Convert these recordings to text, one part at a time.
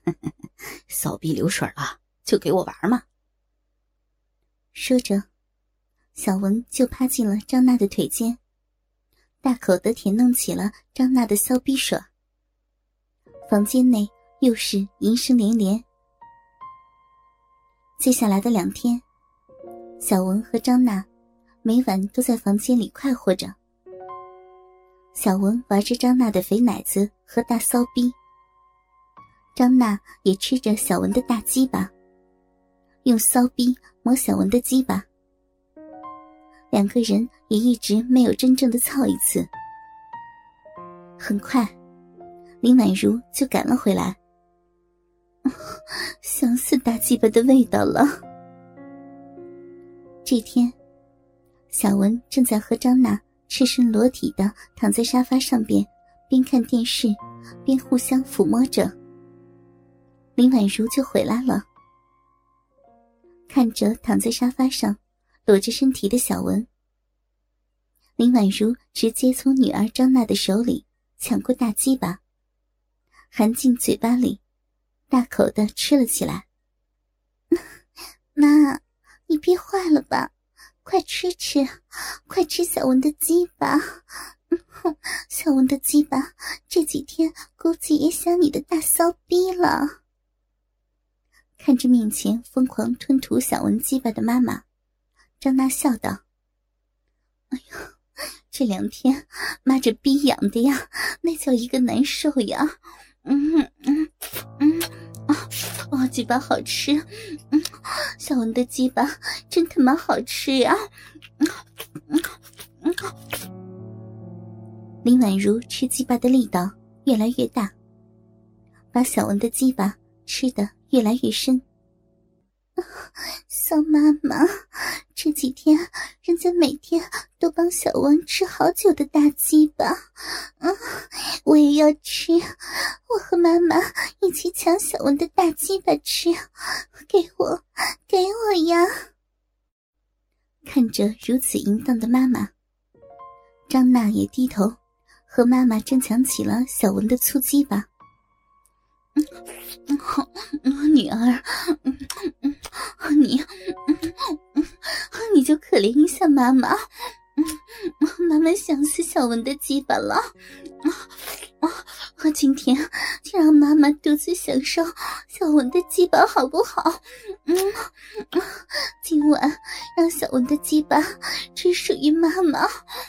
骚逼流水了，就给我玩嘛。 说着，小文就趴进了张娜的腿间，大口地舔弄起了张娜的骚逼手。房间内又是淫声连连。接下来的2天，小文和张娜每晚都在房间里快活着。小文玩着张娜的肥奶子和大骚逼，张娜也吃着小文的大鸡巴，用骚逼磨小文的鸡巴。2个人也一直没有真正的操一次。很快，林婉如就赶了回来，想死大鸡巴的味道了。这天，小文正在和张娜赤身裸体的躺在沙发上边，边看电视边互相抚摸着。林婉如就回来了，看着躺在沙发上裸着身体的小文，林婉如直接从女儿张娜的手里抢过大鸡巴，含进嘴巴里，大口地吃了起来。妈，你憋坏了吧？快吃吃，快吃小文的鸡巴。小文的鸡巴这几天估计也想你的大骚逼了。看着面前疯狂吞吐小文鸡巴的妈妈，张娜笑道：哎呀，这2天妈这逼养的呀，那叫一个难受呀。鸡巴好吃，小文的鸡巴真他妈好吃呀。林婉如吃鸡巴的力道越来越大，把小文的鸡巴吃得越来越深。小妈妈，这几天人家每天都帮小文吃好久的大鸡巴，我也要吃，我和妈妈一起抢小文的大鸡巴吃，给我呀。看着如此淫荡的妈妈，张娜也低头和妈妈争抢起了小文的粗鸡巴。女儿，你就可怜一下妈妈，妈妈想死小文的鸡巴了。今天就让妈妈独自享受小文的鸡巴好不好？今晚让小文的鸡巴只属于妈妈。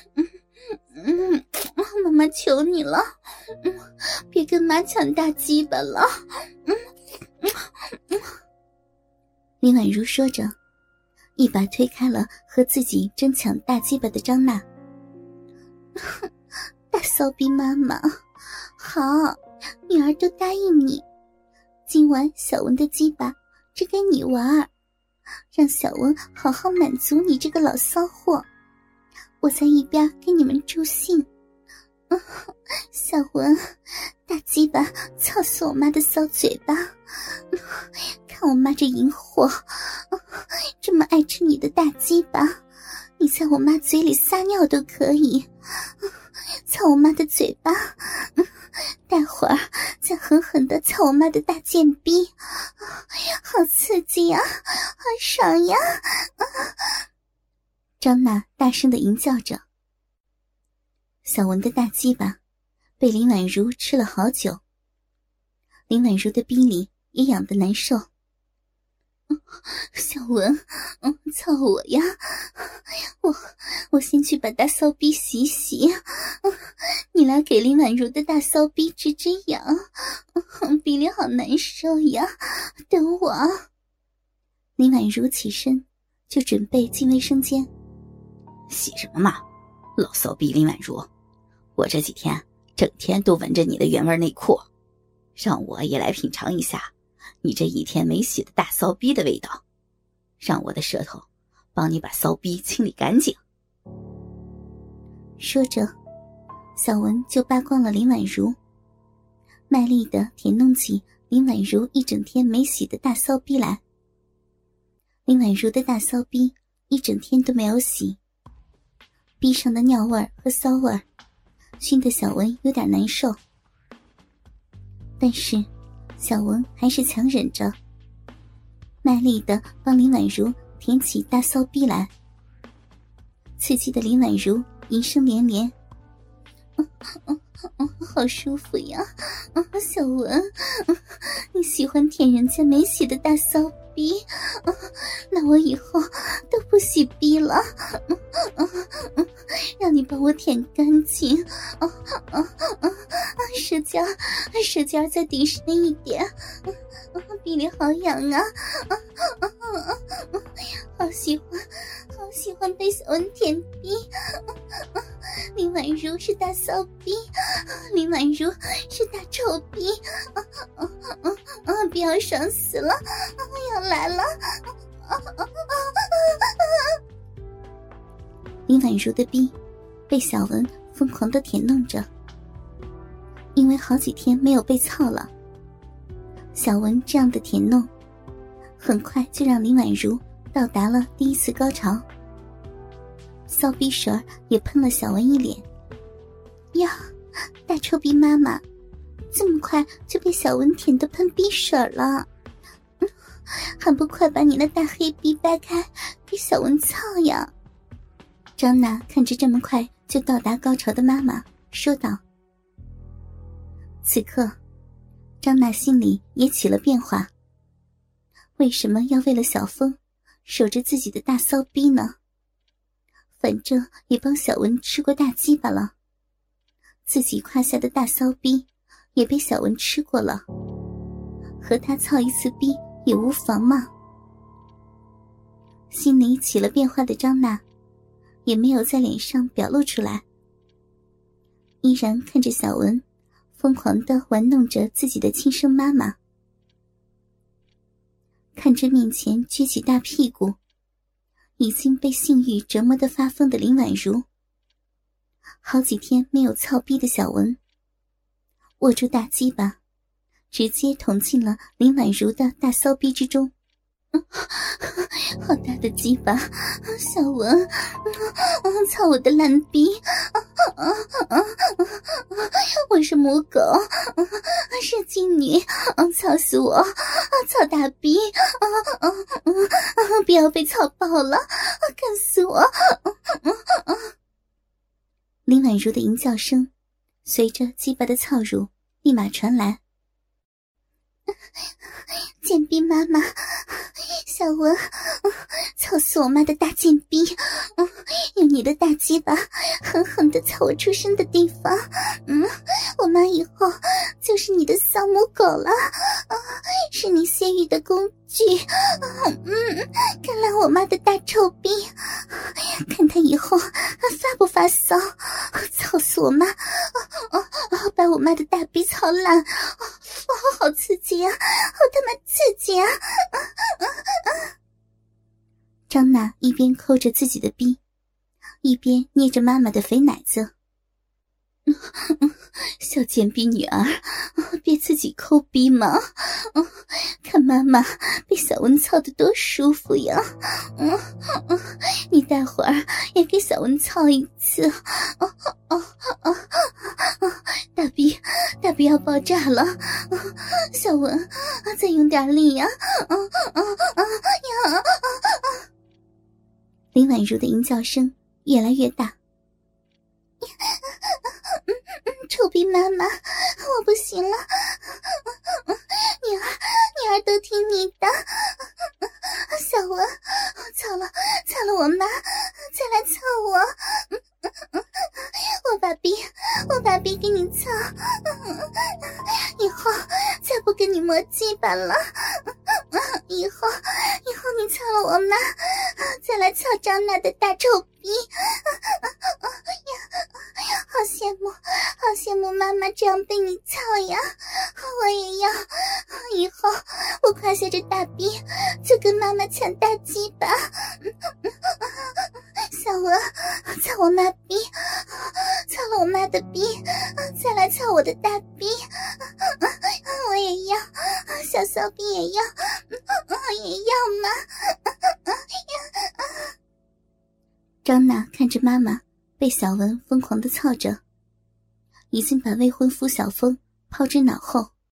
妈妈求你了，别跟妈抢大鸡巴了。林婉如说着，一把推开了和自己争抢大鸡巴的张娜。大骚逼妈妈，好，女儿都答应你，今晚小文的鸡巴只给你玩，让小文好好满足你这个老骚货，我在一边给你们助兴。小文，大鸡巴操死我妈的骚嘴巴，看我妈这淫货这么爱吃你的大鸡巴，你在我妈嘴里撒尿都可以，操我妈的嘴巴，待会儿再狠狠地操我妈的大贱逼，好刺激呀，好爽呀。张娜大声地吟叫着。小文的大鸡巴被林婉如吃了好久，林婉如的逼里也痒得难受。小文，操我呀，我先去把大骚逼洗洗，你来给林婉如的大骚逼止止痒，逼里好难受呀，等我。林婉如起身就准备进卫生间。 洗什么嘛，老骚逼林婉如，我这几天整天都闻着你的原味内裤，让我也来品尝一下你这一天没洗的大骚逼的味道，让我的舌头帮你把骚逼清理干净。 说着，小文就扒光了林婉如，卖力地舔弄起林婉如一整天没洗的大骚逼来。林婉如的大骚逼一整天都没有洗，逼上的尿味和骚味熏得小文有点难受。但是小文还是强忍着，卖力地帮林婉如舔起大骚逼来。刺激的林婉如淫声连连，好舒服呀！小文，你喜欢舔人家没洗的大骚逼，那我以后都不洗逼了，让你帮我舔干净，舌尖再顶深一点，逼里好痒啊！好喜欢被小文舔逼。林婉如是大骚逼，林婉如是大臭逼，不要爽死了，要来了！林婉如的逼被小文疯狂地舔弄着，因为好几天没有被操了，小文这样的舔弄很快就让林婉如到达了第一次高潮，骚逼水儿也喷了小文一脸。呀，大臭逼妈妈，这么快就被小文舔得喷逼水了，还不快把你那大黑逼掰开给小文操呀！张娜看着这么快就到达高潮的妈妈说道。此刻张娜心里也起了变化，为什么要为了小峰守着自己的大骚逼呢？反正也帮小文吃过大鸡巴了，自己胯下的大骚逼也被小文吃过了，和他操一次逼也无妨嘛。心里起了变化的张娜也没有在脸上表露出来，依然看着小文疯狂地玩弄着自己的亲生妈妈，看着面前撅起大屁股已经被性欲折磨得发疯的林婉如，好几天没有操逼的小文握住大鸡巴直接捅进了林婉如的大骚逼之中。好大的鸡巴，小文，操我的烂逼！我是母狗，是妓女，操死我！操大逼！不要被操爆了，干死我！林婉如的淫叫声随着鸡巴的操乳立马传来。贱逼妈妈，小文，操死我妈的大贱逼，用你的大鸡巴狠狠地操我出生的地方，我妈以后就是你的丧母狗了，是你泄欲的工具，看烂我妈的大臭逼，看她以后发不发骚，操死我妈，把我妈的大逼操烂，好刺激啊，好他妈刺激啊！张娜一边抠着自己的逼，一边捏着妈妈的肥奶子。小贱逼女儿，别自己抠逼嘛！看妈妈被小文操得多舒服呀！你待会儿也给小文操一次！大逼要爆炸了！小文，再用点力呀！林婉如的淫叫声越来越大。臭逼妈妈，我不行了，女儿都听你的。小文，操了我妈，再来操我。我把逼给你操，以后再不跟你磨鸡巴了。以后你操了我妈，再来操张娜的大臭逼。好羡慕妈妈这样被你操呀，我也要。以后我胯下这大逼就跟妈妈抢大鸡巴。小文，操我妈逼，操了我妈的逼，再来操我的大逼。我也要，小骚逼也要，也要嘛。张娜看着妈妈被小文疯狂地操着，已经把未婚夫小峰抛之脑后。